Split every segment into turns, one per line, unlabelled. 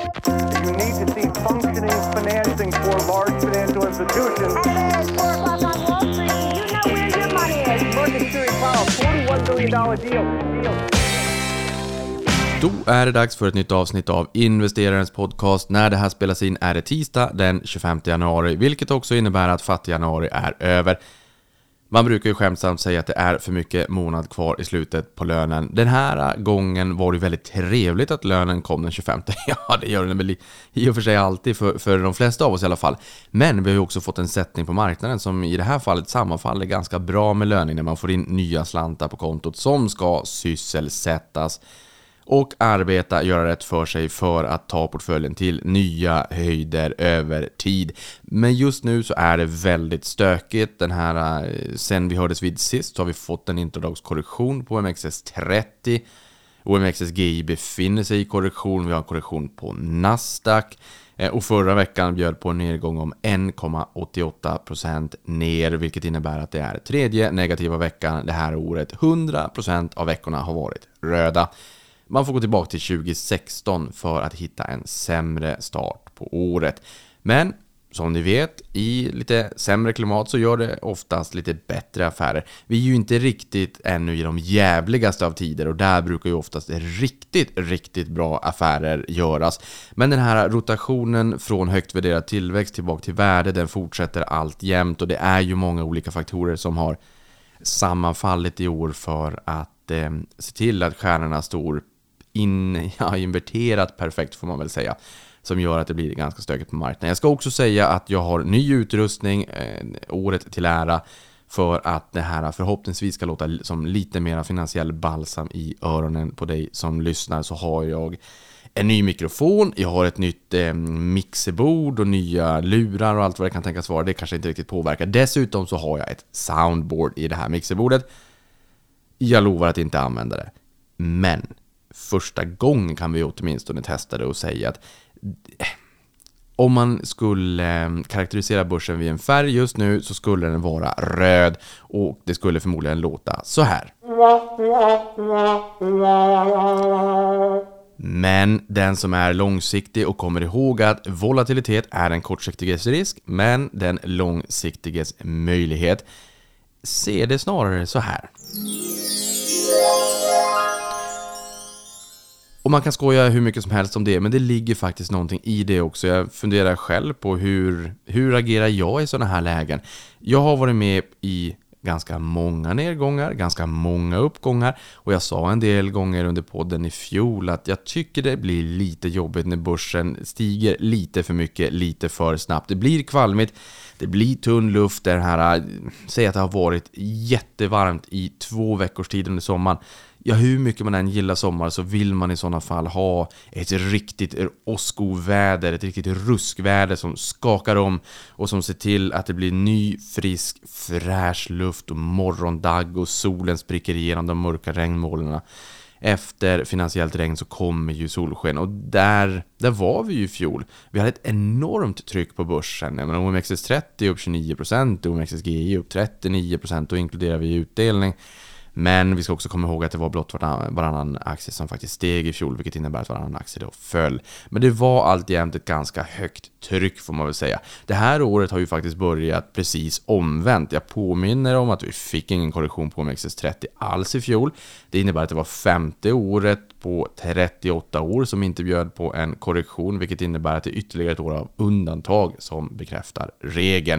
You need to see functioning financing for large financial institutions.
It's 4 o'clock on Wall Street. You know where your money is.
Market Series Powell, $41 billion deal.
Då är det dags för ett nytt avsnitt av Investerarens podcast. När det här spelas in är det tisdag den 25 januari, vilket också innebär att fattig-januari är över. Man brukar ju skämtsamt säga att det är för mycket månad kvar i slutet på lönen. Den här gången var det väldigt trevligt att lönen kom den 25. Ja, det gör den väl i och för sig alltid för de flesta av oss i alla fall. Men vi har ju också fått en sättning på marknaden som i det här fallet sammanfaller ganska bra med lönen när man får in nya slantar på kontot som ska sysselsättas och göra rätt för sig för att ta portföljen till nya höjder över tid. Men just nu så är det väldigt stökigt. Sen vi hördes vid sist så har vi fått en introdagskorrektion på OMXS30. OMXSGI befinner sig i korrektion. Vi har en korrektion på Nasdaq. Och förra veckan bjöd på en nedgång om 1,88% ner, vilket innebär att det är tredje negativa veckan det här året. 100% av veckorna har varit röda. Man får gå tillbaka till 2016 för att hitta en sämre start på året. Men som ni vet, i lite sämre klimat så gör det oftast lite bättre affärer. Vi är ju inte riktigt ännu i de jävligaste av tider och där brukar ju oftast riktigt bra affärer göras. Men den här rotationen från högt värderad tillväxt tillbaka till värde, den fortsätter allt jämt och det är ju många olika faktorer som har sammanfallit i år för att se till att stjärnorna står inverterat perfekt får man väl säga, som gör att det blir ganska stökigt på marknaden. Jag ska också säga att jag har ny utrustning året till ära för att det här förhoppningsvis ska låta som lite mer finansiell balsam i öronen på dig som lyssnar. Så har jag en ny mikrofon, jag har ett nytt mixerbord och nya lurar och allt vad det kan tänkas vara. Det kanske inte riktigt påverkar. Dessutom så har jag ett soundboard i det här mixerbordet. Jag lovar att inte använda det. Men första gången kan vi åtminstone testa det och säga att om man skulle karaktärisera börsen vid en färg just nu så skulle den vara röd och det skulle förmodligen låta så här. Men den som är långsiktig och kommer ihåg att volatilitet är en kortsiktiges risk men den långsiktiges möjlighet, ser det snarare så här. Och man kan skoja hur mycket som helst om det, men det ligger faktiskt någonting i det också. Jag funderar själv på hur agerar jag i sådana här lägen. Jag har varit med i ganska många nedgångar, ganska många uppgångar. Och jag sa en del gånger under podden i fjol att jag tycker det blir lite jobbigt när börsen stiger lite för mycket, lite för snabbt. Det blir kvalmigt, det blir tunn luft. Säg att det har varit jättevarmt i 2 veckors tid under sommaren. Ja, hur mycket man än gillar sommar så vill man i sådana fall ha ett riktigt åskoväder, ett riktigt ruskväder som skakar om och som ser till att det blir ny, frisk, fräsch luft och morgondagg och solen spricker igenom de mörka regnmolnen. Efter finansiellt regn så kommer ju solsken och där var vi ju i fjol. Vi hade ett enormt tryck på börsen. OMXS30 upp 29%, OMXSGI upp 39% och inkluderar vi utdelning. Men vi ska också komma ihåg att det var blott varannan aktie som faktiskt steg i fjol, vilket innebär att varannan aktie då föll. Men det var alltjämt ett ganska högt tryck får man väl säga. Det här året har ju faktiskt börjat precis omvänt. Jag påminner om att vi fick ingen korrektion på OMXS30 alls i fjol. Det innebär att det var 5:e året på 38 år som inte bjöd på en korrektion, vilket innebär att det är ytterligare ett år av undantag som bekräftar regeln.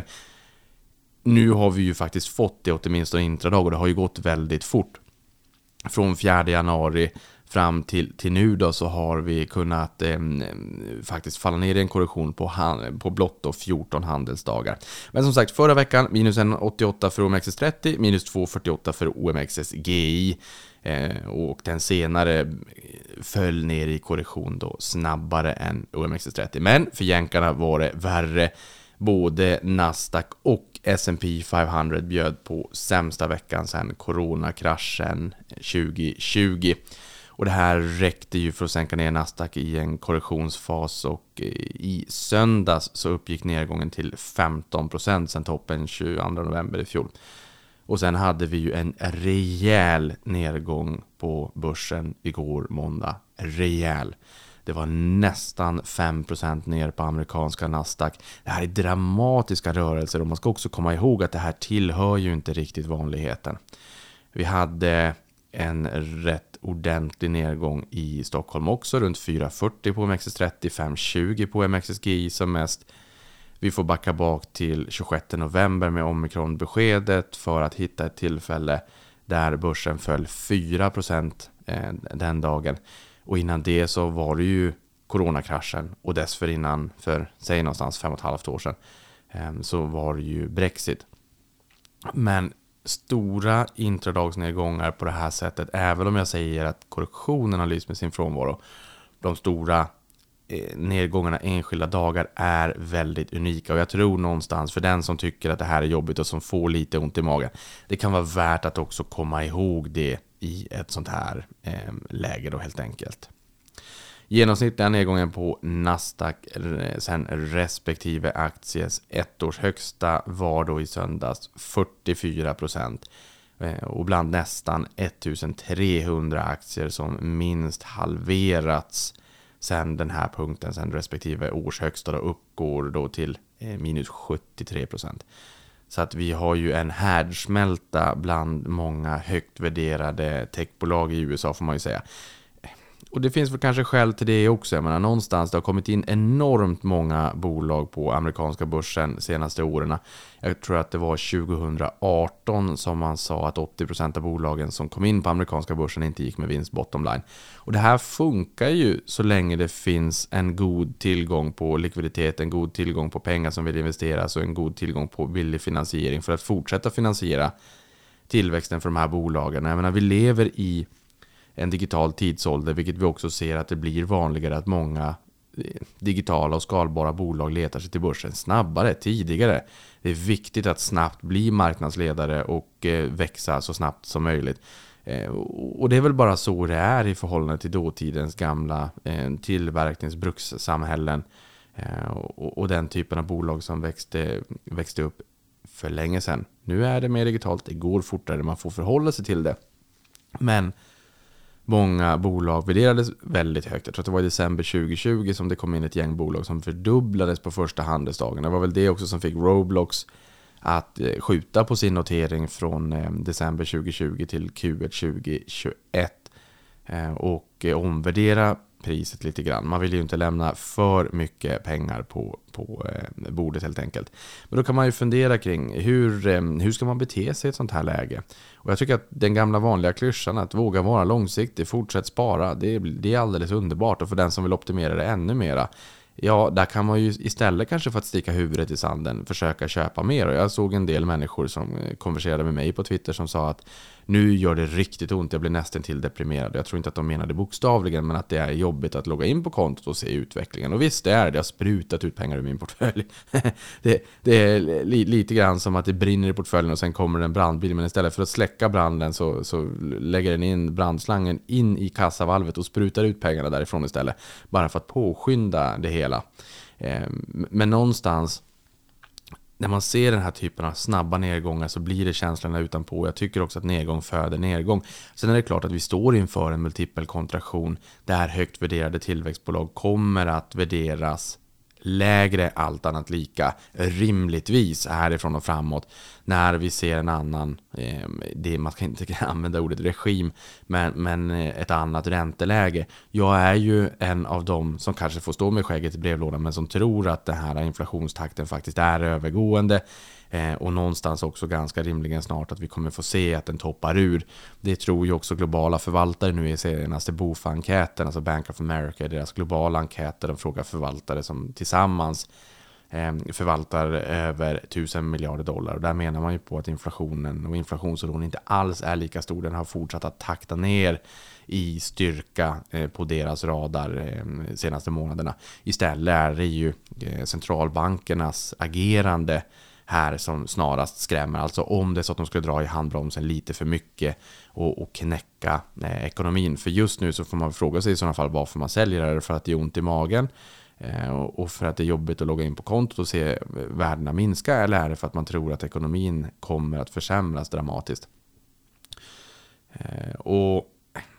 Nu har vi ju faktiskt fått det åtminstone intradag och det har ju gått väldigt fort. Från 4 januari fram till nu då så har vi kunnat faktiskt falla ner i en korrektion på blott och 14 handelsdagar. Men som sagt, förra veckan minus 1,88 för OMXS30, minus 2,48 för OMXSGI. Och den senare föll ner i korrektion då snabbare än OMXS30. Men för jänkarna var det värre. Både Nasdaq och S&P 500 bjöd på sämsta veckan sedan coronakraschen 2020. Och det här räckte ju för att sänka ner Nasdaq i en korrektionsfas och i söndags så uppgick nedgången till 15% sedan toppen 22 november i fjol. Och sen hade vi ju en rejäl nedgång på börsen igår måndag. Rejäl. Det var nästan 5% ner på amerikanska Nasdaq. Det här är dramatiska rörelser och man ska också komma ihåg att det här tillhör ju inte riktigt vanligheten. Vi hade en rätt ordentlig nedgång i Stockholm också, runt 4,40 på OMXS30, 5,20 på MXSGI som mest. Vi får backa bak till 26 november med Omicron-beskedet för att hitta ett tillfälle där börsen föll 4% den dagen. Och innan det så var det ju coronakraschen och dessförinnan för, säg någonstans 5,5 år sedan, så var det ju Brexit. Men stora intradagsnedgångar på det här sättet, även om jag säger att korrektionen har lyst med sin frånvaro, de stora nedgångarna enskilda dagar är väldigt unika och jag tror någonstans för den som tycker att det här är jobbigt och som får lite ont i magen, det kan vara värt att också komma ihåg det i ett sånt här läge då helt enkelt. Genomsnittliga nedgången på Nasdaq sen respektive akties ettårs högsta var då i söndags 44% och bland nästan 1300 aktier som minst halverats sen den här punkten, sen respektive års högsta då uppgår då till minus 73%. Så att vi har ju en härdsmälta bland många högt värderade techbolag i USA får man ju säga. Och det finns väl kanske skäl till det också. Jag menar, någonstans det har kommit in enormt många bolag på amerikanska börsen senaste åren. Jag tror att det var 2018 som man sa att 80% av bolagen som kom in på amerikanska börsen inte gick med vinst bottom line. Och det här funkar ju så länge det finns en god tillgång på likviditet, en god tillgång på pengar som vill investeras och en god tillgång på billig finansiering för att fortsätta finansiera tillväxten för de här bolagen. Jag menar, vi lever i en digital tidsålder, vilket vi också ser att det blir vanligare att många digitala och skalbara bolag letar sig till börsen snabbare, tidigare. Det är viktigt att snabbt bli marknadsledare och växa så snabbt som möjligt. Och det är väl bara så det är i förhållande till dåtidens gamla tillverkningsbrukssamhällen och den typen av bolag som växte upp för länge sedan. Nu är det mer digitalt, det går fortare, man får förhålla sig till det. Men många bolag värderades väldigt högt. Jag tror att det var i december 2020 som det kom in ett gäng bolag som fördubblades på första handelsdagen. Det var väl det också som fick Roblox att skjuta på sin notering från december 2020 till Q1 2021 och omvärdera priset lite grann. Man vill ju inte lämna för mycket pengar på bordet helt enkelt. Men då kan man ju fundera kring hur ska man bete sig i ett sånt här läge? Och jag tycker att den gamla vanliga klyschan att våga vara långsiktig, fortsätt spara, det är alldeles underbart. Och för den som vill optimera det ännu mera, ja, där kan man ju istället kanske för att sticka huvudet i sanden försöka köpa mer. Och jag såg en del människor som konverserade med mig på Twitter som sa att nu gör det riktigt ont, jag blir nästan till deprimerad. Jag tror inte att de menade bokstavligen, men att det är jobbigt att logga in på kontot och se utvecklingen. Och visst, det är det. Jag har sprutat ut pengar ur min portfölj. det är lite grann som att det brinner i portföljen och sen kommer en brandbil. Men istället för att släcka branden så lägger den in brandslangen in i kassavalvet och sprutar ut pengarna därifrån istället. Bara för att påskynda det hela. Men någonstans när man ser den här typen av snabba nedgångar så blir det känslorna utanpå. Jag tycker också att nedgång föder nedgång. Sen är det klart att vi står inför en multipel kontraktion där högt värderade tillväxtbolag kommer att värderas lägre, allt annat lika, rimligtvis härifrån och framåt, när vi ser en annan, man ska inte använda ordet regim, men ett annat ränteläge. Jag är ju en av dem som kanske får stå med skägget i brevlådan, men som tror att den här inflationstakten faktiskt är övergående. Och någonstans också ganska rimligen snart att vi kommer få se att den toppar ur. Det tror ju också globala förvaltare nu i senaste BOFA-enkäten, alltså Bank of America, deras globala enkäter. De frågar förvaltare som tillsammans förvaltar över 1000 miljarder dollar. Och där menar man ju på att inflationen och inflationsoron inte alls är lika stor. Den har fortsatt att takta ner i styrka på deras radar senaste månaderna. Istället är det ju centralbankernas agerande här som snarast skrämmer. Alltså om det är så att de skulle dra i handbromsen lite för mycket och knäcka ekonomin. För just nu så får man fråga sig i sådana fall varför man säljer. Är det för att det är ont i magen och för att det är jobbigt att logga in på kontot och se värdena minska, eller är det för att man tror att ekonomin kommer att försämras dramatiskt? Och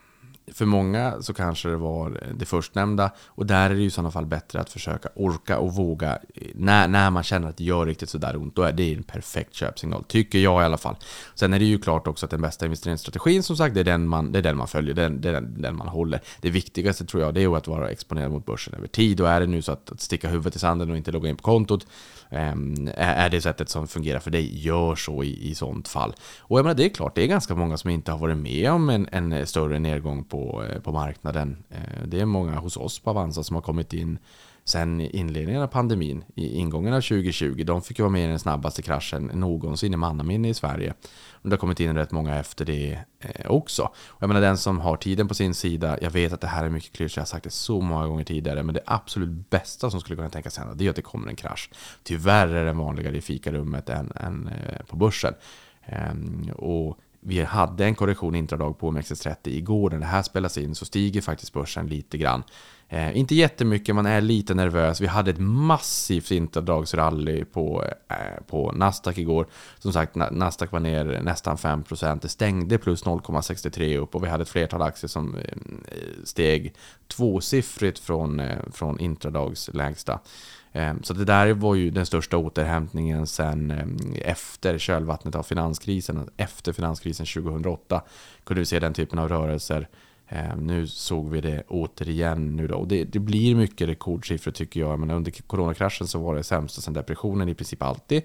för många så kanske det var det förstnämnda, och där är det ju i sådana fall bättre att försöka orka och våga när man känner att det gör riktigt så där ont. Då är det en perfekt köpsignal, tycker jag i alla fall. Sen är det ju klart också att den bästa investeringsstrategin, som sagt, det är den man följer, det är den man håller. Det viktigaste tror jag, det är att vara exponerad mot börsen över tid, och är det nu så att sticka huvudet i sanden och inte logga in på kontot är det sättet som fungerar för dig, gör så i sånt fall. Och jag menar, det är klart, det är ganska många som inte har varit med om en större nedgång på marknaden. Det är många hos oss på Avanza som har kommit in sen inledningen av pandemin, i ingången av 2020. De fick ju vara med i den snabbaste kraschen någonsin i mannaminne i Sverige. Och det har kommit in rätt många efter det också. Och jag menar, den som har tiden på sin sida, jag vet att det här är mycket klyschigt, jag har sagt det så många gånger tidigare, men det absolut bästa som skulle kunna tänkas hända, det är att det kommer en krasch. Tyvärr är det vanligare i fikarummet än på börsen. Och vi hade en korrektion intradag på OMXS30 igår. När det här spelas in så stiger faktiskt börsen lite grann. Inte jättemycket, man är lite nervös. Vi hade ett massivt intradagsrally på Nasdaq igår. Som sagt, Nasdaq var ner nästan 5%. Det stängde plus 0,63 upp, och vi hade ett flertal aktier som steg tvåsiffrigt från intradagslägsta. Så det där var ju den största återhämtningen sen efter kölvattnet av finanskrisen. Efter finanskrisen 2008 kunde vi se den typen av rörelser. Nu såg vi det återigen nu då. Och det blir mycket rekordsiffror, tycker jag. Men under coronakraschen så var det sämsta sedan depressionen i princip alltid.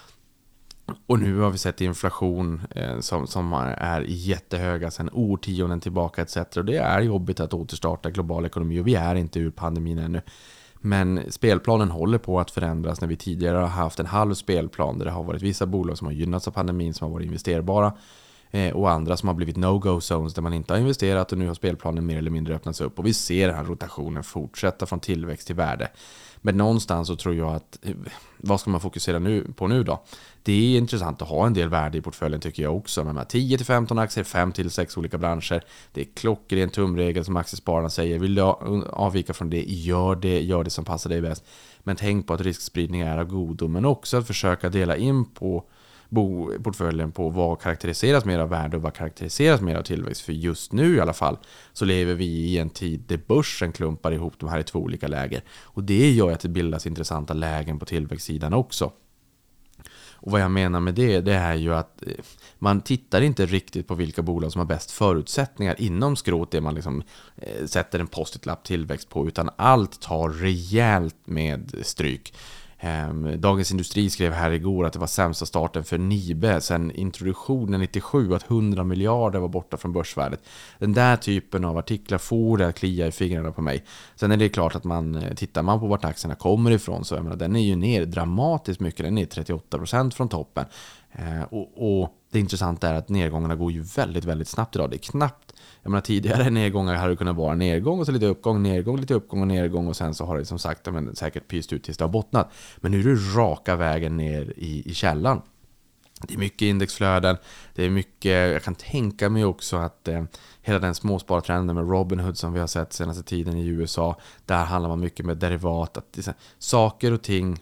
Och nu har vi sett inflation som är jättehöga sedan årtionden tillbaka etc. Och det är jobbigt att återstarta global ekonomi, och vi är inte ur pandemin ännu. Men spelplanen håller på att förändras. När vi tidigare har haft en halv spelplan där det har varit vissa bolag som har gynnats av pandemin, som har varit investerbara, och andra som har blivit no-go zones där man inte har investerat, och nu har spelplanen mer eller mindre öppnats upp, och vi ser den här rotationen fortsätta från tillväxt till värde. Men någonstans så tror jag att, vad ska man fokusera på nu då? Det är intressant att ha en del värde i portföljen, tycker jag också. Med 10-15 aktier, 5-6 olika branscher. Det är klockren tumregel som aktiespararna säger. Vill du avvika från det, gör det som passar dig bäst. Men tänk på att riskspridning är av godo, men också att försöka dela in på portföljen på vad karaktäriseras mer av värde och vad karaktäriseras mer av tillväxt. För just nu i alla fall så lever vi i en tid där börsen klumpar ihop de här i två olika läger. Och det gör att det bildas intressanta lägen på tillväxtsidan också. Och vad jag menar med det är ju att man tittar inte riktigt på vilka bolag som har bäst förutsättningar inom skrot, det man liksom sätter en post-it-lapp tillväxt på, utan allt tar rejält med stryk. Dagens Industri skrev här igår att det var sämsta starten för Nibe sedan introduktionen 97, att 100 miljarder var borta från börsvärdet. Den där typen av artiklar får det att klia i fingrarna på mig. Sen är det klart att tittar man på vart aktierna kommer ifrån, så jag menar, den är ju ner dramatiskt mycket, den är 38% från toppen. Och det intressanta är att nedgångarna går ju väldigt, väldigt snabbt idag. Det är knappt, jag menar, tidigare nedgångar hade det kunnat vara nedgång och så lite uppgång, lite uppgång och nedgång, och sen så har det som sagt säkert pyst ut tills det har bottnat. Men nu är det raka vägen ner i källan. Det är mycket indexflöden, det är mycket, jag kan tänka mig också att hela den småspartrenden med Robinhood som vi har sett senaste tiden i USA, där handlar man mycket med derivat, att saker och ting,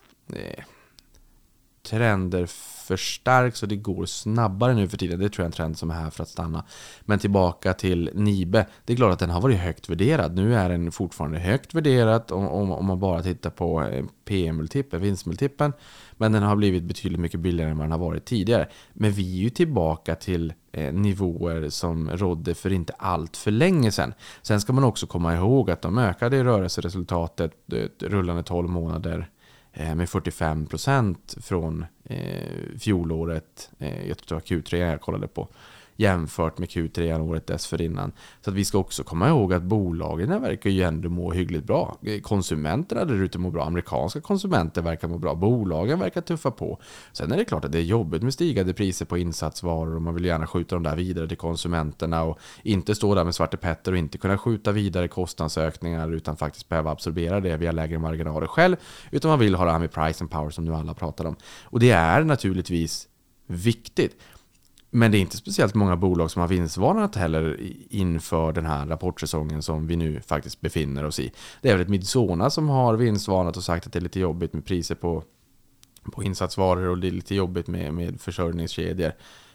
trender förstärks och det går snabbare nu för tiden. Det tror jag är en trend som är här för att stanna. Men tillbaka till Nibe. Det är klart att den har varit högt värderad. Nu är den fortfarande högt värderad om man bara tittar på PM-multipeln, vinstmultipeln. Men den har blivit betydligt mycket billigare än vad den har varit tidigare. Men vi är ju tillbaka till nivåer som rådde för inte allt för länge sedan. Sen ska man också komma ihåg att de ökade i rörelseresultatet rullande 12 månader med 45% från fjolåret, jag tror det var Q3 jag kollade på, jämfört med Q3 året dessförinnan. Så att vi ska också komma ihåg att bolagen verkar ju ändå må hyggligt bra. Konsumenterna där ute mår bra, amerikanska konsumenter verkar må bra, bolagen verkar tuffa på. Sen är det klart att det är jobbigt med stigande priser på insatsvaror och man vill gärna skjuta dem där vidare till konsumenterna och inte stå där med Svarte Petter och inte kunna skjuta vidare kostnadsökningar utan faktiskt behöva absorbera det via lägre marginaler själv, utan man vill ha det här med price and power som nu alla pratar om. Och det är naturligtvis viktigt. Men det är inte speciellt många bolag som har vinstvarnat heller inför den här rapportsäsongen som vi nu faktiskt befinner oss i. Det är väl ett Midsona som har vinstvarnat och sagt att det är lite jobbigt med priser på insatsvaror och det är lite jobbigt med försörjningskedjor.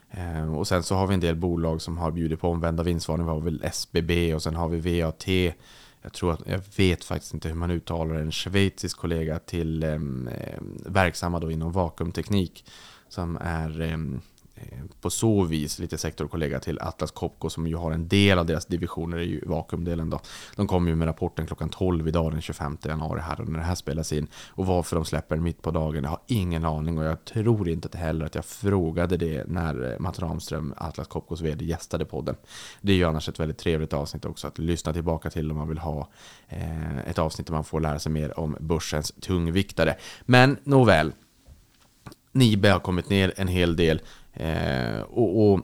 Och sen så har vi en del bolag som har bjudit på omvända vinstvarning. Vi har väl SBB och sen har vi VAT. Jag vet faktiskt inte hur man uttalar en schweizisk kollega till verksamma då inom vakuumteknik som är på så vis lite sektorkollega till Atlas Copco som ju har en del av deras divisioner är ju vakuumdelen då. De kommer ju med rapporten klockan 12 idag den 25 januari här när det här spelas in. Och varför de släpper mitt på dagen, jag har ingen aning och jag tror inte heller att jag frågade det när Mats Ramström, Atlas Copcos vd, gästade podden. Det är ju annars ett väldigt trevligt avsnitt också att lyssna tillbaka till om man vill ha ett avsnitt där man får lära sig mer om börsens tungviktare. Men nåväl, Nibe har kommit ner en hel del. Och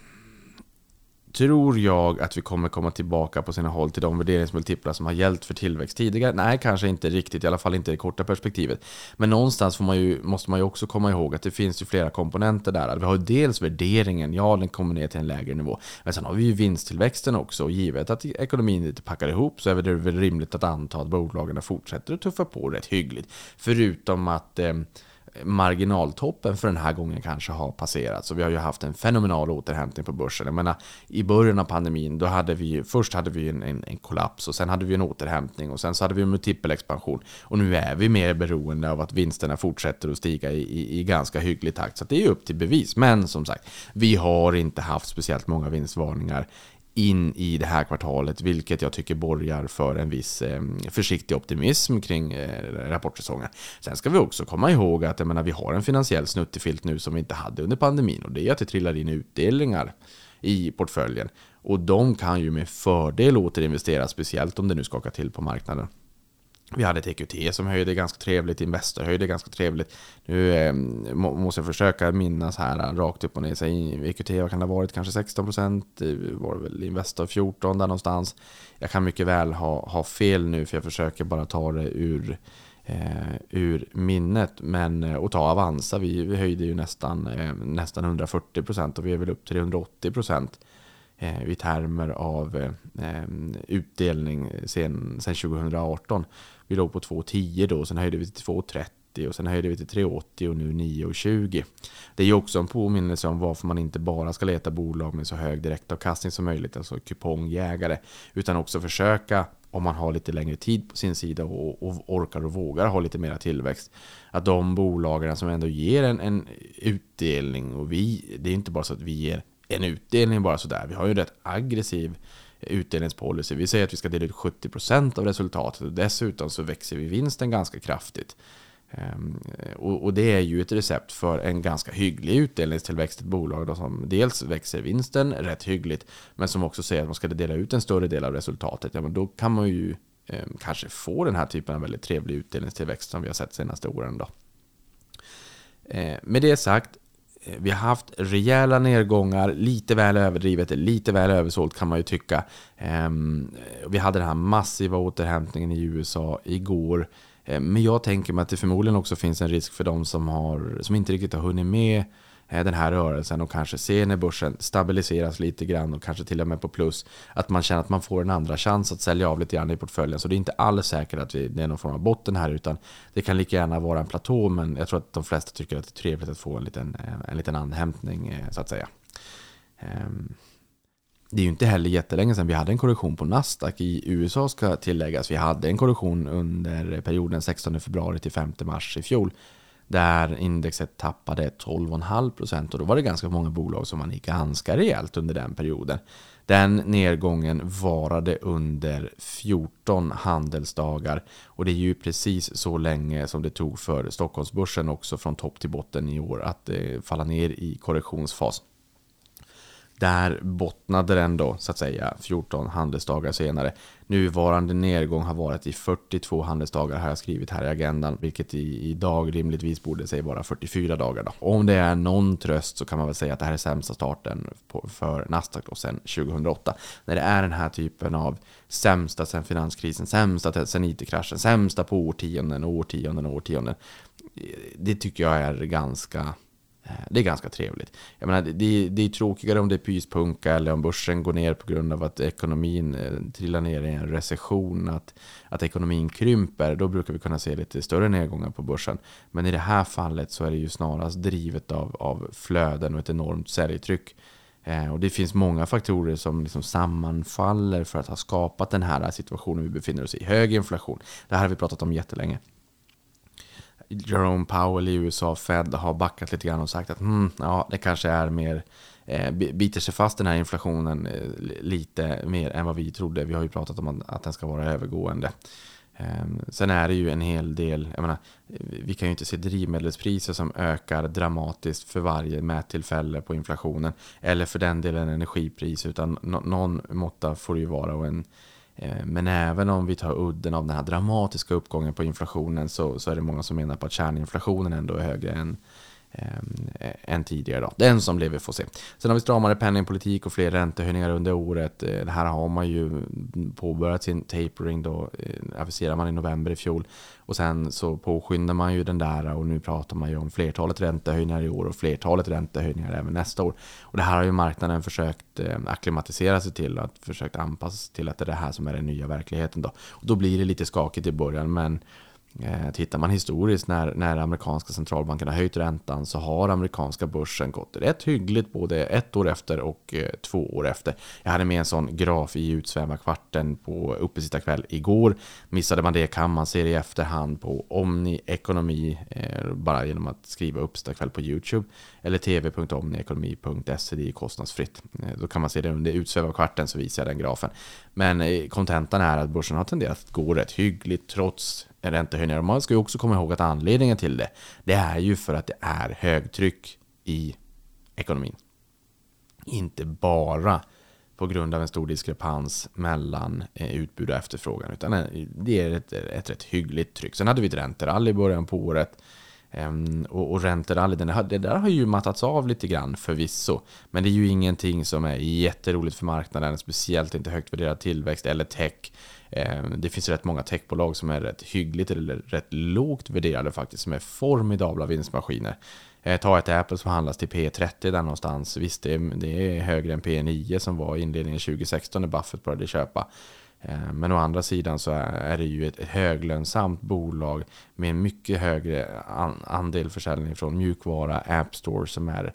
tror jag att vi kommer komma tillbaka på sina håll till de värderingsmultiplar som har gällt för tillväxt tidigare? Nej, kanske inte riktigt, i alla fall inte i det korta perspektivet. Men någonstans måste man ju också komma ihåg att det finns ju flera komponenter där. Vi har ju dels värderingen, ja den kommer ner till en lägre nivå. Men sen har vi ju vinsttillväxten också, och givet att ekonomin inte packar ihop så är det väl rimligt att anta att bolagen fortsätter att tuffa på rätt hyggligt. Förutom att marginaltoppen för den här gången kanske har passerat. Så vi har ju haft en fenomenal återhämtning på börsen. Jag menar, i början av pandemin då hade vi en kollaps och sen hade vi en återhämtning och sen så hade vi en multipelexpansion och nu är vi mer beroende av att vinsterna fortsätter att stiga i ganska hygglig takt. Så det är upp till bevis. Men som sagt, vi har inte haft speciellt många vinstvarningar in i det här kvartalet, vilket jag tycker borgar för en viss försiktig optimism kring rapportsäsongen. Sen ska vi också komma ihåg att vi har en finansiell snuttefilt nu som vi inte hade under pandemin, och det är att det trillar in utdelningar i portföljen, och de kan ju med fördel återinvesteras, speciellt om det nu skakar till på marknaden. Vi hade ett EQT som höjde ganska trevligt, Investor höjde ganska trevligt. Nu måste jag försöka minnas här rakt upp och ner. Så EQT kan det ha varit kanske 16%, var väl Investor 14% där någonstans. Jag kan mycket väl ha fel nu, för jag försöker bara ta det ur minnet. Men att ta Avanza, vi höjde ju nästan 140% och vi är väl upp till 180% i termer av utdelning sen 2018. Vi låg på 2,10 då, sen höjde vi till 2,30 och sen höjde vi till 3,80 och nu 9,20. Det är ju också en påminnelse om varför man inte bara ska leta bolag med så hög direktavkastning som möjligt, alltså kupongjägare, utan också försöka, om man har lite längre tid på sin sida och orkar och vågar ha lite mera tillväxt, att de bolagen som ändå ger en utdelning, och det är inte bara så att vi ger en utdelning bara sådär. Vi har ju rätt aggressiv utdelningspolicy. Vi säger att vi ska dela ut 70% av resultatet och dessutom så växer vi vinsten ganska kraftigt. Och det är ju ett recept för en ganska hygglig utdelningstillväxt, ett bolag då som dels växer vinsten rätt hyggligt, men som också säger att man ska dela ut en större del av resultatet. Ja, men då kan man ju kanske få den här typen av väldigt trevlig utdelningstillväxt som vi har sett senaste åren då. Med det sagt, vi har haft rejäla nedgångar, lite väl överdrivet, lite väl översålt kan man ju tycka. Vi hade den här massiva återhämtningen i USA igår. Men jag tänker mig att det förmodligen också finns en risk för de som inte riktigt har hunnit med den här rörelsen och kanske ser när börsen stabiliseras lite grann och kanske till och med på plus, att man känner att man får en andra chans att sälja av lite grann i portföljen. Så det är inte alls säkert att det är någon form av botten här, utan det kan lika gärna vara en platå, men jag tror att de flesta tycker att det är trevligt att få en liten andhämtning så att säga. Det är ju inte heller jättelänge sedan vi hade en korrektion på Nasdaq i USA, ska tilläggas. Vi hade en korrektion under perioden 16 februari till 5 mars i fjol, där indexet tappade 12,5%, och då var det ganska många bolag som man gick ganska rejält under den perioden. Den nedgången varade under 14 handelsdagar, och det är ju precis så länge som det tog för Stockholmsbörsen också från topp till botten i år att falla ner i korrektionsfas. Där bottnade den då så att säga 14 handelsdagar senare. Nuvarande nedgång har varit i 42 handelsdagar, har jag skrivit här i agendan, vilket idag rimligtvis borde säga vara 44 dagar då. Om det är någon tröst så kan man väl säga att det här är sämsta starten för Nasdaq då sedan 2008. När det är den här typen av sämsta sedan finanskrisen, sämsta sedan IT-kraschen, sämsta på årtionden. Det tycker jag är ganska Det är ganska trevligt. Jag menar, det är tråkigare om det är pyspunka eller om börsen går ner på grund av att ekonomin trillar ner i en recession, att ekonomin krymper. Då brukar vi kunna se lite större nedgångar på börsen. Men i det här fallet så är det ju snarast drivet av flöden och ett enormt säljtryck. Och det finns många faktorer som liksom sammanfaller för att ha skapat den här situationen vi befinner oss i. Hög inflation. Det här har vi pratat om jättelänge. Jerome Powell i USA, Fed, har backat lite grann och sagt att det kanske är mer, biter sig fast den här inflationen lite mer än vad vi trodde. Vi har ju pratat om att den ska vara övergående. Sen är det ju en hel del, jag menar, vi kan ju inte se drivmedelspriser som ökar dramatiskt för varje mättillfälle på inflationen, eller för den delen energipris, utan någon måtta får det ju vara. Men även om vi tar udden av den här dramatiska uppgången på inflationen så är det många som menar på att kärninflationen ändå är högre än tidigare då. Den som lever får se. Sen har vi stramare penningpolitik och fler räntehöjningar under året. Det här har man ju påbörjat sin tapering då, aviserar man i november i fjol. Och sen så påskyndar man ju den där, och nu pratar man ju om flertalet räntehöjningar i år och flertalet räntehöjningar även nästa år. Och det här har ju marknaden försökt akklimatisera sig till, att försökt anpassa sig till att det är det här som är den nya verkligheten då. Och då blir det lite skakigt i början, men tittar man historiskt när amerikanska centralbanken har höjt räntan, så har amerikanska börsen gått rätt hyggligt både 1 år efter och 2 år efter. Jag hade med en sån graf i Utsvävarkvarten på uppesittarkväll igår. Missade man det kan man se det i efterhand på Omni Ekonomi, bara genom att skriva uppesittarkväll på YouTube, eller tv.omniekonomi.se, det är kostnadsfritt. Då kan man se det under Utsvävarkvarten, så visar jag den grafen. Men kontentan är att börsen har tenderat att gå rätt hyggligt trots räntehöjningar. Man ska ju också komma ihåg att anledningen till det är ju för att det är högtryck i ekonomin. Inte bara på grund av en stor diskrepans mellan utbud och efterfrågan, utan det är ett rätt hyggligt tryck. Sen hade vi ett ränterall i början på året. Och ränterally, det där har ju mattats av lite grann förvisso, men det är ju ingenting som är jätteroligt för marknaden, speciellt inte högt värderad tillväxt eller tech. Det finns rätt många techbolag som är rätt hyggligt eller rätt lågt värderade faktiskt, som är formidabla vinstmaskiner. Ta ett Apple som handlas till P30 där någonstans. Visst, det är högre än P9 som var i inledningen 2016 när Buffett började köpa. Men å andra sidan så är det ju ett höglönsamt bolag med en mycket högre andel försäljning från mjukvara, App Store, som är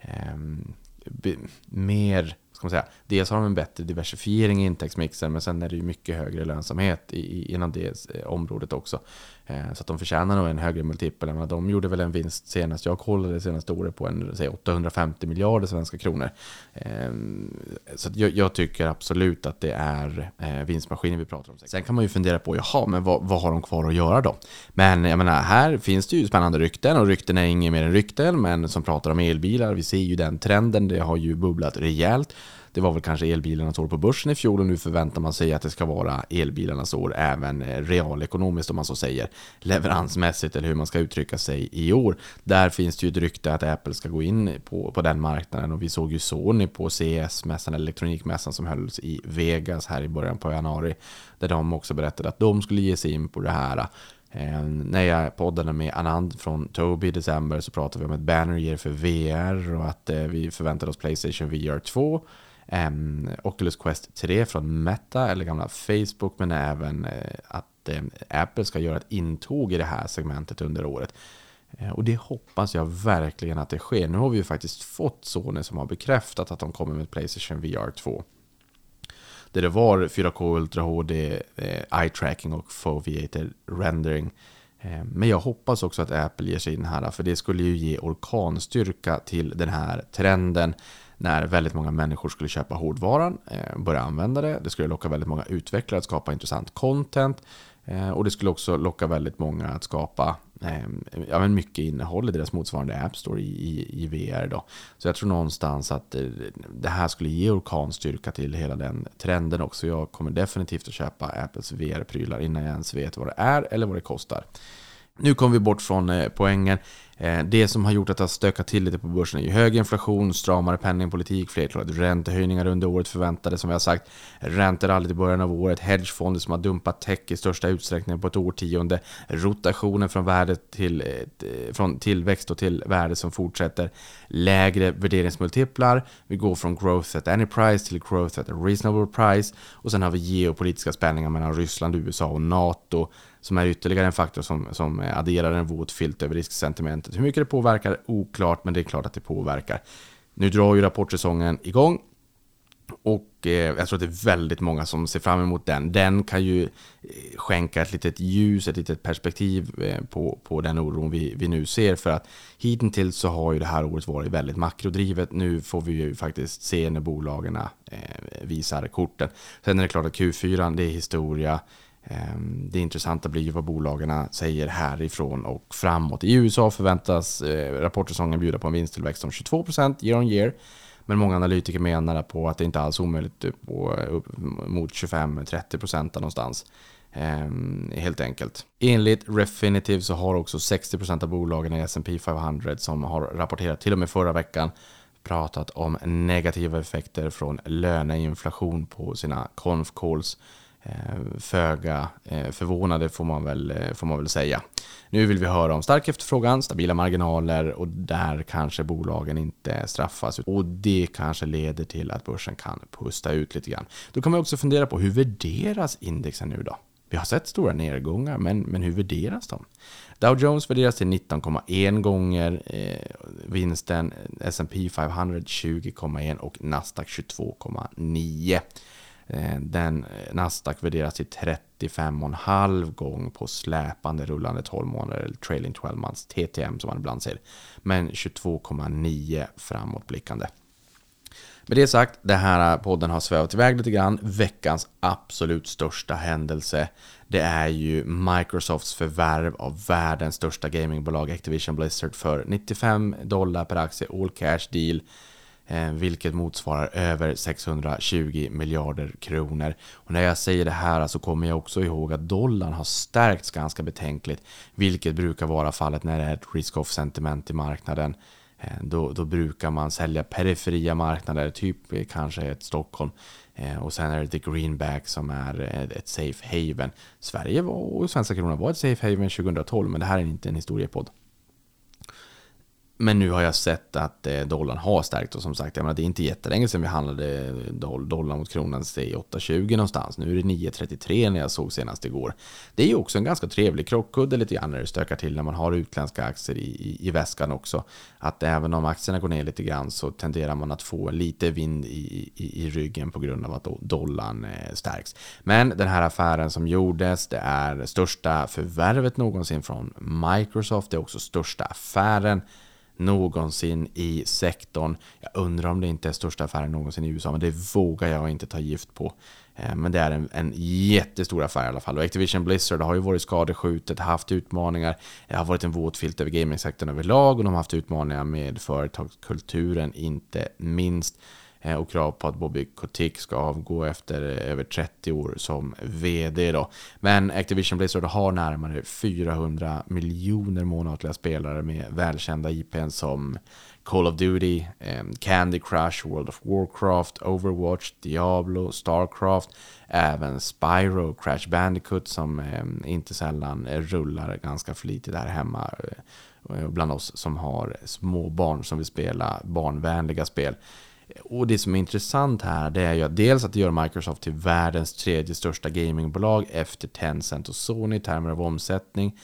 mer, ska man säga, dels har de en bättre diversifiering i intäktsmixen, men sen är det ju mycket högre lönsamhet inom det området också. Så att de förtjänar nog en högre multipel. De gjorde väl en vinst senast jag kollade senaste året på 850 miljarder svenska kronor. Så att jag tycker absolut att det är vinstmaskiner vi pratar om. Sen kan man ju fundera på, men vad har de kvar att göra då? Men jag menar, här finns det ju spännande rykten, och rykten är inget mer än rykten, men som pratar om elbilar, vi ser ju den trenden, det har ju bubblat rejält. Det var väl kanske elbilarnas år på börsen i fjol, och nu förväntar man sig att det ska vara elbilarnas år även realekonomiskt, om man så säger, leveransmässigt, eller hur man ska uttrycka sig, i år. Där finns det ju ett rykte att Apple ska gå in på den marknaden, och vi såg ju Sony på CES-mässan, elektronikmässan som hölls i Vegas här i början på januari, där de också berättade att de skulle ge sig in på det här. När jag poddade med Anand från Tobii i december så pratade vi om ett banner year för VR, och att vi förväntade oss PlayStation VR 2, Oculus Quest 3 från Meta eller gamla Facebook, men även att Apple ska göra ett intåg i det här segmentet under året. Och det hoppas jag verkligen att det sker. Nu har vi ju faktiskt fått Sony som har bekräftat att de kommer med PlayStation VR 2. Där det var 4K Ultra HD, eye tracking och foveated rendering. Men jag hoppas också att Apple ger sig in här, för det skulle ju ge orkanstyrka till den här trenden när väldigt många människor skulle köpa hårdvaran, börja använda det. Det skulle locka väldigt många utvecklare att skapa intressant content, och det skulle också locka väldigt många att skapa mycket innehåll i deras motsvarande App Store i VR då. Så jag tror någonstans att det här skulle ge orkanstyrka till hela den trenden också. Jag kommer definitivt att köpa Apples VR-prylar innan jag ens vet vad det är eller vad det kostar. Nu kommer vi bort från poängen. Det som har gjort att det har stökat till lite på börsen är ju hög inflation, stramare penningpolitik, flertalet räntehöjningar under året förväntade som vi har sagt, räntorallyt i början av året, hedgefonder som har dumpat tech i största utsträckning på ett årtionde, rotationen från tillväxt och till värde som fortsätter, lägre värderingsmultiplar, vi går från growth at any price till growth at a reasonable price, och sen har vi geopolitiska spänningar mellan Ryssland, USA och NATO som är ytterligare en faktor som adderar en våt filt över risksentimentet. Hur mycket det påverkar är oklart, men det är klart att det påverkar. Nu drar ju rapportsäsongen igång och jag tror att det är väldigt många som ser fram emot den. Den kan ju skänka ett litet ljus, ett litet perspektiv på den oron vi nu ser, för att hittills så har ju det här året varit väldigt makrodrivet. Nu får vi ju faktiskt se när bolagen visar korten. Sen är det klart att Q4 det är historia. Det intressanta blir ju vad bolagen säger härifrån och framåt. I USA förväntas rapportsäsongen bjuda på en vinsttillväxt om 22% year on year. Men många analytiker menar på att det inte alls är omöjligt mot 25-30% någonstans. Helt enkelt. Enligt Refinitiv så har också 60% av bolagen i S&P 500 som har rapporterat till och med förra veckan pratat om negativa effekter från löneinflation på sina conf calls. Föga förvånade får man väl säga. Nu vill vi höra om stark efterfrågan, stabila marginaler och där kanske bolagen inte straffas, och det kanske leder till att börsen kan pusta ut lite grann. Då kan man också fundera på hur värderas indexen nu då? Vi har sett stora nedgångar, men hur värderas de? Dow Jones värderas till 19,1 gånger vinsten, S&P 500 20,1 och Nasdaq 22,9. Den Nasdaq värderas till 35,5 gång på släpande rullande 12 månader eller trailing 12 months TTM som man ibland säger, men 22,9 framåtblickande. Med det sagt, det här podden har svävat iväg lite grann. Veckans absolut största händelse, det är ju Microsofts förvärv av världens största gamingbolag Activision Blizzard för $95 per aktie, all cash deal. Vilket motsvarar över 620 miljarder kronor. Och när jag säger det här så kommer jag också ihåg att dollarn har stärkts ganska betänkligt, vilket brukar vara fallet när det är ett risk-off sentiment i marknaden. Då brukar man sälja periferia marknader, typ kanske ett Stockholm, och sen är det The Greenback som är ett safe haven. Sverige och svenska kronan var ett safe haven 2012, men det här är inte en historiepodd. Men nu har jag sett att dollarn har stärkt, och som sagt, jag menar, det är inte jättelänge sedan vi handlade dollar mot kronan i 8,20 någonstans. Nu är det 9,33 när jag såg senast igår. Det är ju också en ganska trevlig krockkudde lite grann när det stökar till när man har utländska aktier i väskan också. Att även om aktierna går ner lite grann så tenderar man att få lite vind i ryggen på grund av att dollarn stärks. Men den här affären som gjordes, det är största förvärvet någonsin från Microsoft. Det är också största affären någonsin i sektorn. Jag undrar om det inte är största affären någonsin i USA, men det vågar jag inte ta gift på. Men det är en jättestor affär i alla fall. Och Activision Blizzard har ju varit skadeskjutet, haft utmaningar. Det har varit en våt filt över gamingsektorn överlag, och de har haft utmaningar med företagskulturen inte minst. Och krav på att Bobby Kotick ska avgå efter över 30 år som vd då. Men Activision Blizzard har närmare 400 miljoner månatliga spelare med välkända IPn som Call of Duty, Candy Crush, World of Warcraft, Overwatch, Diablo, Starcraft, även Spyro, Crash Bandicoot som inte sällan rullar ganska flitigt där hemma bland oss som har små barn som vill spela barnvänliga spel. Och det som är intressant här, det är ju att dels att det gör Microsoft till världens tredje största gamingbolag efter Tencent och Sony i termer av omsättning.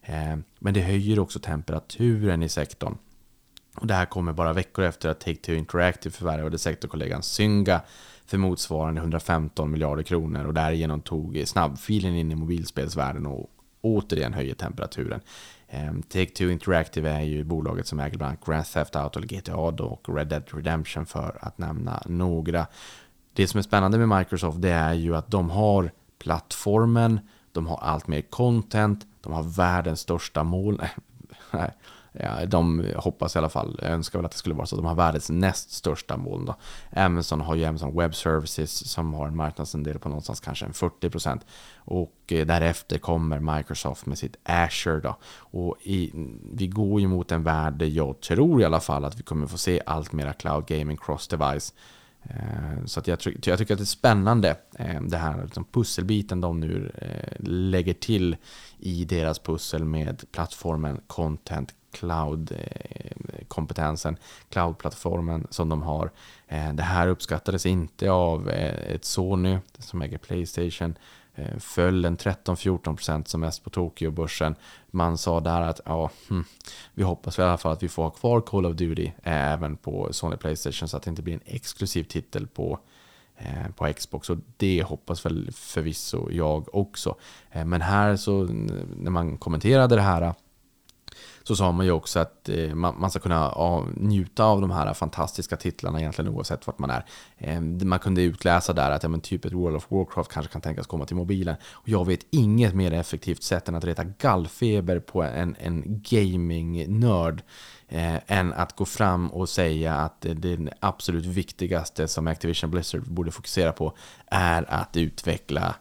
Men det höjer också temperaturen i sektorn. Och det här kommer bara veckor efter att Take-Two Interactive förvärvade sektorkollegan Zynga för motsvarande 115 miljarder kronor, och därigenom tog snabbfilen in i mobilspelsvärlden och återigen höjer temperaturen. Take-Two Interactive är ju bolaget som äger bland annat Grand Theft Auto eller GTA och Red Dead Redemption för att nämna några. Det som är spännande med Microsoft, det är ju att de har plattformen, de har allt mer content, de har världens största mål. de hoppas i alla fall, önskar väl att det skulle vara så att de har världens näst största moln då. Amazon har ju Amazon Web Services som har en marknadsandel på någonstans kanske 40%, och därefter kommer Microsoft med sitt Azure då. Och vi går ju mot en värld där jag tror i alla fall att vi kommer få se allt mera cloud gaming cross device. Så att jag tycker att det är spännande, det här liksom pusselbiten de nu lägger till i deras pussel med plattformen Content Cloud-kompetensen, cloud-plattformen som de har. Det här uppskattades inte av ett Sony som äger PlayStation, föll en 13-14% som mest på Tokyo-börsen. Man sa där att vi hoppas i alla fall att vi får ha kvar Call of Duty även på Sony PlayStation, så att det inte blir en exklusiv titel på Xbox, och det hoppas väl förvisso jag också. Men här så när man kommenterade det här så sa man ju också att man ska kunna njuta av de här fantastiska titlarna egentligen oavsett vart man är. Man kunde utläsa där att typ ett World of Warcraft kanske kan tänkas komma till mobilen. Och jag vet inget mer effektivt sätt än att reta gallfeber på en gaming-nörd än att gå fram och säga att det absolut viktigaste som Activision Blizzard borde fokusera på är att utveckla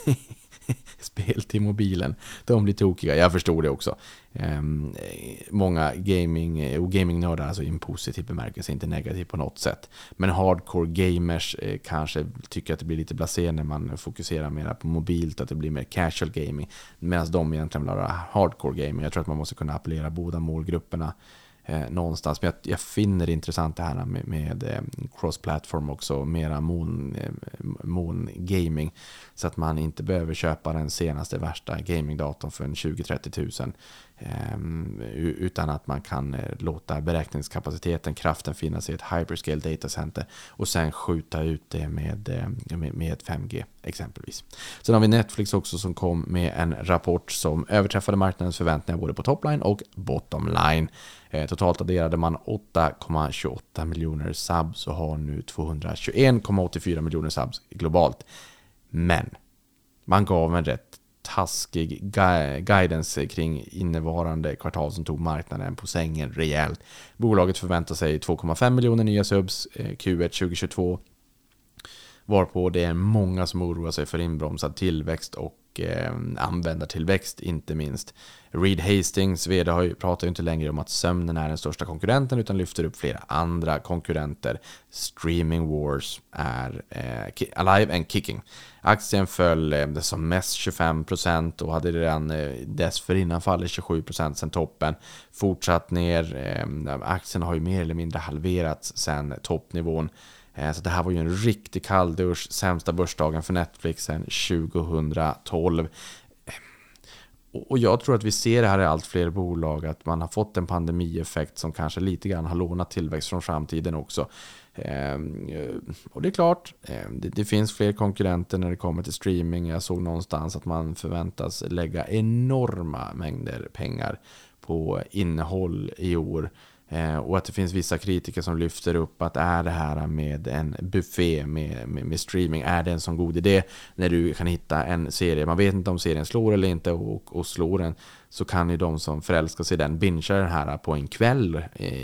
spel till mobilen. De blir tokiga, jag förstår det också. Många gaming-nördar, alltså i en positiv bemärkelse, inte negativ på något sätt. Men hardcore gamers kanske tycker att det blir lite blasé när man fokuserar mer på mobilt, att det blir mer casual gaming. Medan de egentligen vill ha hardcore gaming. Jag tror att man måste kunna appellera båda målgrupperna någonstans, men jag finner det intressant det här med cross-platform också, mera moon gaming, så att man inte behöver köpa den senaste värsta gamingdatorn för 20-30 000 utan att man kan låta beräkningskapaciteten, kraften finnas i ett hyperscale datacenter och sen skjuta ut det med 5G exempelvis. Sen har vi Netflix också som kom med en rapport som överträffade marknadens förväntningar både på topline och bottomline. Totalt adderade man 8,28 miljoner subs och har nu 221,84 miljoner subs globalt. Men man gav en rätt taskig guidance kring innevarande kvartal som tog marknaden på sängen rejält. Bolaget förväntar sig 2,5 miljoner nya subs Q1 2022, varpå det är många som oroar sig för inbromsad tillväxt och användartillväxt inte minst. Reed Hastings, vd, pratar ju inte längre om att sömnen är den största konkurrenten utan lyfter upp flera andra konkurrenter. Streaming wars är alive and kicking. Aktien föll som mest 25% och hade redan dessförinnan fallit 27% sen toppen. Fortsatt ner, aktien har ju mer eller mindre halverats sen toppnivån. Så det här var ju en riktig kalldusch, sämsta börsdagen för Netflix sedan 2012. Och jag tror att vi ser det här i allt fler bolag, att man har fått en pandemieffekt som kanske lite grann har lånat tillväxt från framtiden också. Och det är klart, det finns fler konkurrenter när det kommer till streaming. Jag såg någonstans att man förväntas lägga enorma mängder pengar på innehåll i år. Och att det finns vissa kritiker som lyfter upp att är det här med en buffé med streaming, är det en sån god idé när du kan hitta en serie, man vet inte om serien slår eller inte, och slår den så kan ju de som förälskar sig den bingea den här på en kväll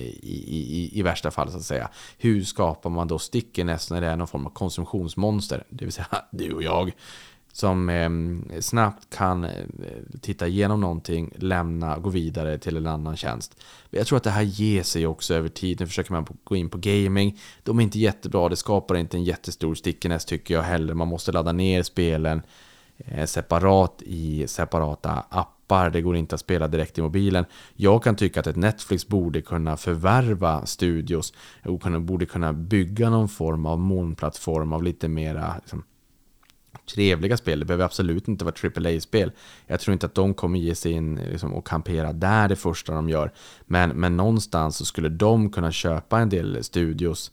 i värsta fall så att säga. Hur skapar man då stickiness när det är någon form av konsumtionsmonster, det vill säga du och jag, som snabbt kan titta igenom någonting, gå vidare till en annan tjänst. Jag tror att det här ger sig också över tid. Nu försöker man gå in på gaming. De är inte jättebra, det skapar inte en jättestor stickiness tycker jag heller. Man måste ladda ner spelen separat i separata appar. Det går inte att spela direkt i mobilen. Jag kan tycka att ett Netflix borde kunna förvärva studios och borde kunna bygga någon form av molnplattform av lite mera liksom, trevliga spel. Det behöver absolut inte vara AAA-spel. Jag tror inte att de kommer ge sig in liksom, och kampera där det första de gör. Men någonstans så skulle de kunna köpa en del studios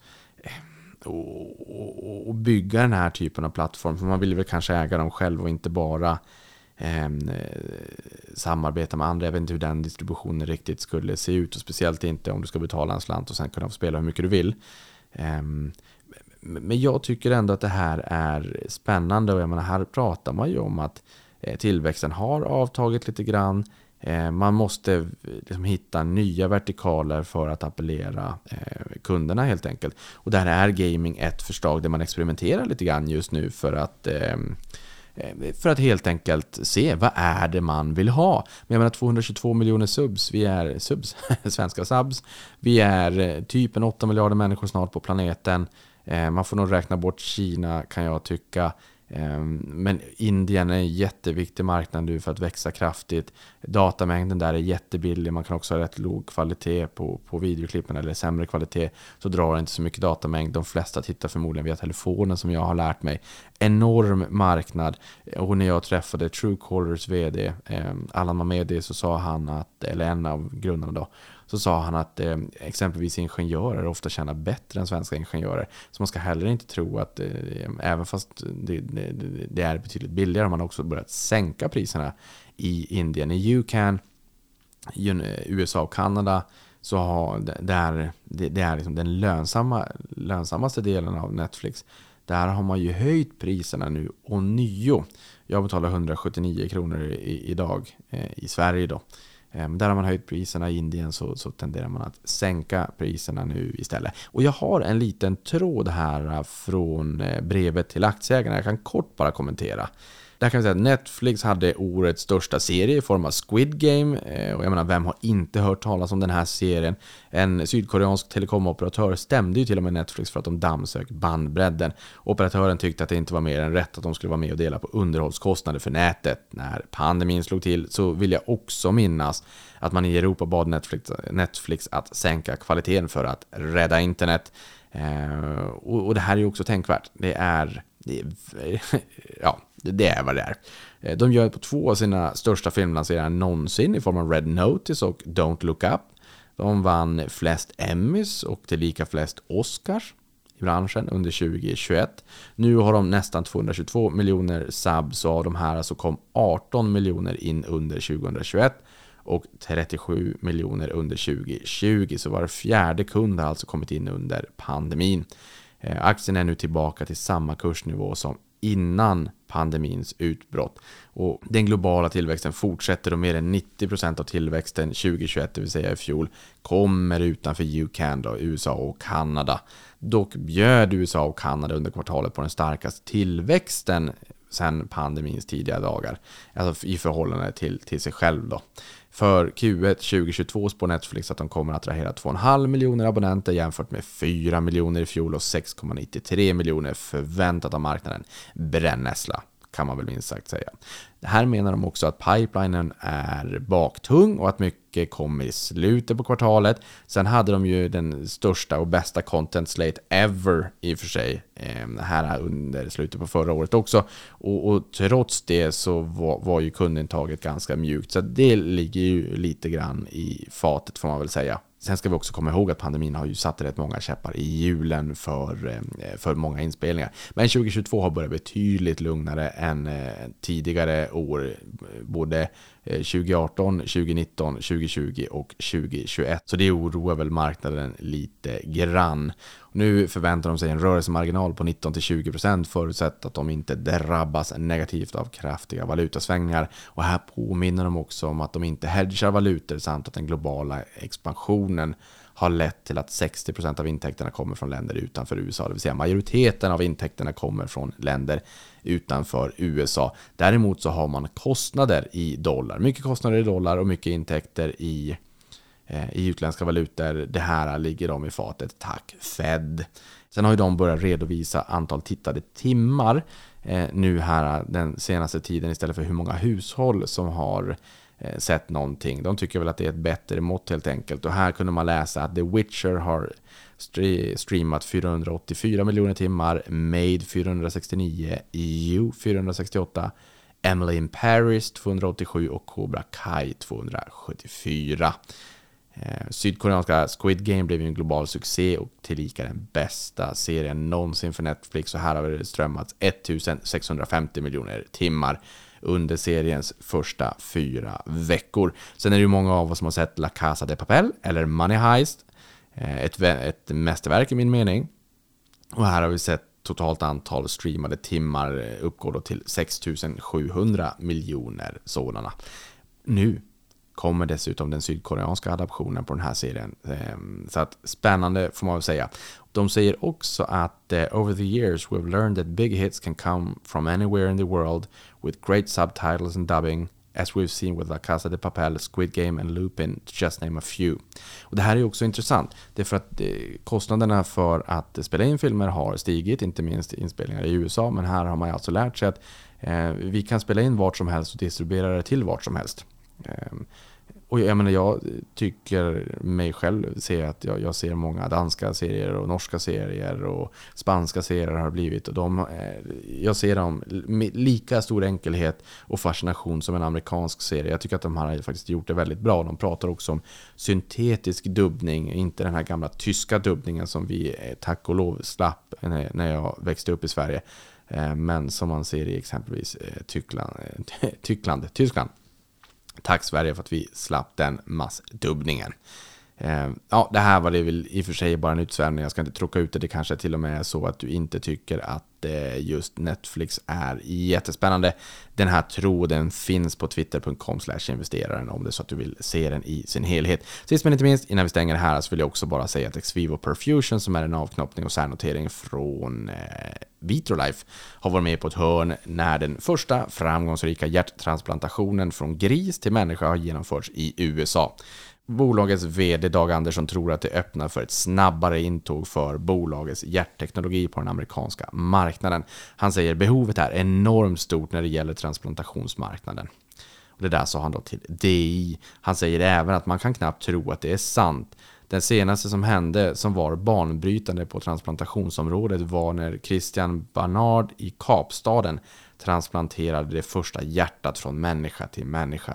och bygga den här typen av plattform. För man vill väl kanske äga dem själv och inte bara samarbeta med andra. Jag vet inte hur den distributionen riktigt skulle se ut, och speciellt inte om du ska betala en slant och sen kunna få spela hur mycket du vill. Men jag tycker ändå att det här är spännande, och jag menar, här pratar man ju om att tillväxten har avtagit lite grann. Man måste liksom hitta nya vertikaler för att appellera kunderna helt enkelt. Och där är gaming ett förslag där man experimenterar lite grann just nu för att helt enkelt se vad är det man vill ha. Men jag menar 222 miljoner svenska subs. Vi är typ en 8 miljarder människor snart på planeten. Man får nog räkna bort Kina kan jag tycka. Men Indien är en jätteviktig marknad nu för att växa kraftigt. Datamängden där är jättebillig. Man kan också ha rätt låg kvalitet på videoklippen eller sämre kvalitet, så drar det inte så mycket datamängd. De flesta tittar förmodligen via telefonen som jag har lärt mig. Enorm marknad. Och när jag träffade Truecallers vd Allan Mamedi, så sa han att, eller en av grundarna då, så sa han att exempelvis ingenjörer ofta tjänar bättre än svenska ingenjörer. Så man ska heller inte tro att även fast det är betydligt billigare, har man också börjat sänka priserna i Indien. I UCAN, USA och Kanada, så har det är liksom den lönsammaste delen av Netflix. Där har man ju höjt priserna nu ånyo. Jag betalar 179 kronor idag i Sverige då. Där har man höjt priserna. I Indien så tenderar man att sänka priserna nu istället. Och jag har en liten tråd här från brevet till aktieägarna. Jag kan kort bara kommentera. Där kan vi säga att Netflix hade årets största serie i form av Squid Game. Och jag menar, vem har inte hört talas om den här serien? En sydkoreansk telekomoperatör stämde ju till och med Netflix för att de dammsög bandbredden. Operatören tyckte att det inte var mer än rätt att de skulle vara med och dela på underhållskostnader för nätet. När pandemin slog till så vill jag också minnas att man i Europa bad Netflix att sänka kvaliteten för att rädda internet. Och det här är ju också tänkvärt. Det är vad det är. De gör på 2 av sina största filmlanseringar någonsin i form av Red Notice och Don't Look Up. De vann flest Emmys och tillika flest Oscars i branschen under 2021. Nu har de nästan 222 miljoner subs, och av de här så kom 18 miljoner in under 2021 och 37 miljoner under 2020. Så var fjärde kund har alltså kommit in under pandemin. Aktien är nu tillbaka till samma kursnivå som innan pandemins utbrott. Och den globala tillväxten fortsätter, och mer än 90% av tillväxten 2021, det vill säga i fjol, kommer utanför UCAN då, USA och Kanada. Dock bjöd USA och Kanada under kvartalet på den starkaste tillväxten sedan pandemins tidiga dagar. Alltså i förhållande till sig själv då. För Q1 2022 spår Netflix att de kommer att attrahera 2,5 miljoner abonnenter jämfört med 4 miljoner i fjol och 6,93 miljoner förväntat av marknaden. Brännässla, kan man väl minst sagt säga. Här menar de också att pipelinen är baktung och att mycket kommer i slutet på kvartalet. Sen hade de ju den största och bästa content slate ever i och för sig här under slutet på förra året också. Och trots det så var ju kundintaget ganska mjukt. Så det ligger ju lite grann i fatet får man väl säga. Sen ska vi också komma ihåg att pandemin har ju satt rätt många käppar i hjulen för många inspelningar. Men 2022 har börjat betydligt lugnare än tidigare år. Både 2018, 2019, 2020 och 2021. Så det oroar väl marknaden lite grann. Nu förväntar de sig en rörelsemarginal på 19-20% förutsatt att de inte drabbas negativt av kraftiga valutasvängningar. Och här påminner de också om att de inte hedgar valutor samt att den globala expansionen har lett till att 60% av intäkterna kommer från länder utanför USA. Det vill säga majoriteten av intäkterna kommer från länder utanför USA. Däremot så har man kostnader i dollar. Mycket kostnader i dollar och mycket intäkter i utländska valutor. Det här ligger de i fatet. Tack Fed. Sen har ju de börjat redovisa antal tittade timmar nu här den senaste tiden istället för hur många hushåll som har sett någonting. De tycker väl att det är ett bättre mått helt enkelt. Och här kunde man läsa att The Witcher har streamat 484 miljoner timmar, Made 469, EU 468, Emily in Paris 287 och Cobra Kai 274. Sydkoreanska Squid Game blev en global succé och tillika den bästa serien någonsin för Netflix. Så här har det strömmats 1650 miljoner timmar under seriens första 4 veckor. Sen är det ju många av oss som har sett La Casa de Papel eller Money Heist. Ett mästerverk i min mening. Och här har vi sett totalt antal streamade timmar uppgår då till 6700 miljoner sådana. Nu kommer dessutom den sydkoreanska adaptionen på den här serien. Så att spännande får man väl säga. De säger också att over the years we've learned that big hits can come from anywhere in the world with great subtitles and dubbing, as we've seen with La Casa de Papel, Squid Game and Lupin, to just name a few. Och det här är också intressant. Det är för att kostnaderna för att spela in filmer har stigit, inte minst inspelningar i USA, men här har man alltså lärt sig att vi kan spela in vart som helst och distribuera det till vart som helst. Och jag tycker mig själv se att jag ser många danska serier och norska serier och spanska serier har blivit, och jag ser dem med lika stor enkelhet och fascination som en amerikansk serie. Jag tycker att de har faktiskt gjort det väldigt bra. De pratar också om syntetisk dubbning, inte den här gamla tyska dubbningen som vi tack och lov slapp när jag växte upp i Sverige, men som man ser i exempelvis Tyskland. Tack Sverige för att vi slapp den massdubbningen. Ja, det här var det väl i och för sig bara en utsvävning. Jag ska inte tråka ut det. Det kanske till och med är så att du inte tycker att just Netflix är jättespännande. Den här tråden finns på twitter.com/investeraren om det är så att du vill se den i sin helhet. Sist men inte minst, innan vi stänger det här så vill jag också bara säga att XVIVO Perfusion, som är en avknoppning och särnotering från Vitrolife, har varit med på ett hörn när den första framgångsrika hjärttransplantationen från gris till människa har genomförts i USA. Bolagets vd Dag Andersson tror att det öppnar för ett snabbare intåg för bolagets hjärtteknologi på den amerikanska marknaden. Han säger behovet är enormt stort när det gäller transplantationsmarknaden. Och det där sa han då till DI. Han säger även att man kan knappt tro att det är sant. Den senaste som hände som var banbrytande på transplantationsområdet var när Christian Barnard i Kapstaden transplanterade det första hjärtat från människa till människa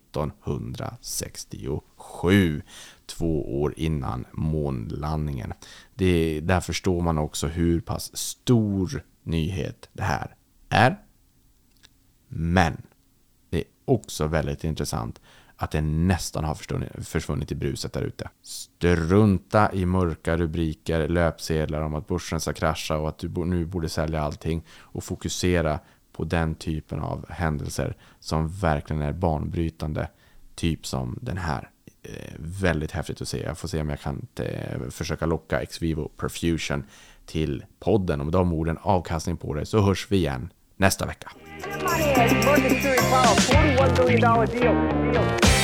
1967, 2 år innan månlandningen. Där förstår man också hur pass stor nyhet det här är. Men det är också väldigt intressant att det nästan har försvunnit i bruset där ute. Strunta i mörka rubriker, löpsedlar om att börsen ska krascha och att du nu borde sälja allting, och fokusera på den typen av händelser som verkligen är banbrytande, typ som den här. Väldigt häftigt att se. Jag får se om jag kan försöka locka XVIVO Perfusion till podden. Om de orden, avkastning på det, så hörs vi igen nästa vecka.
Money is. Morgan Stanley Powell, $41 billion deal.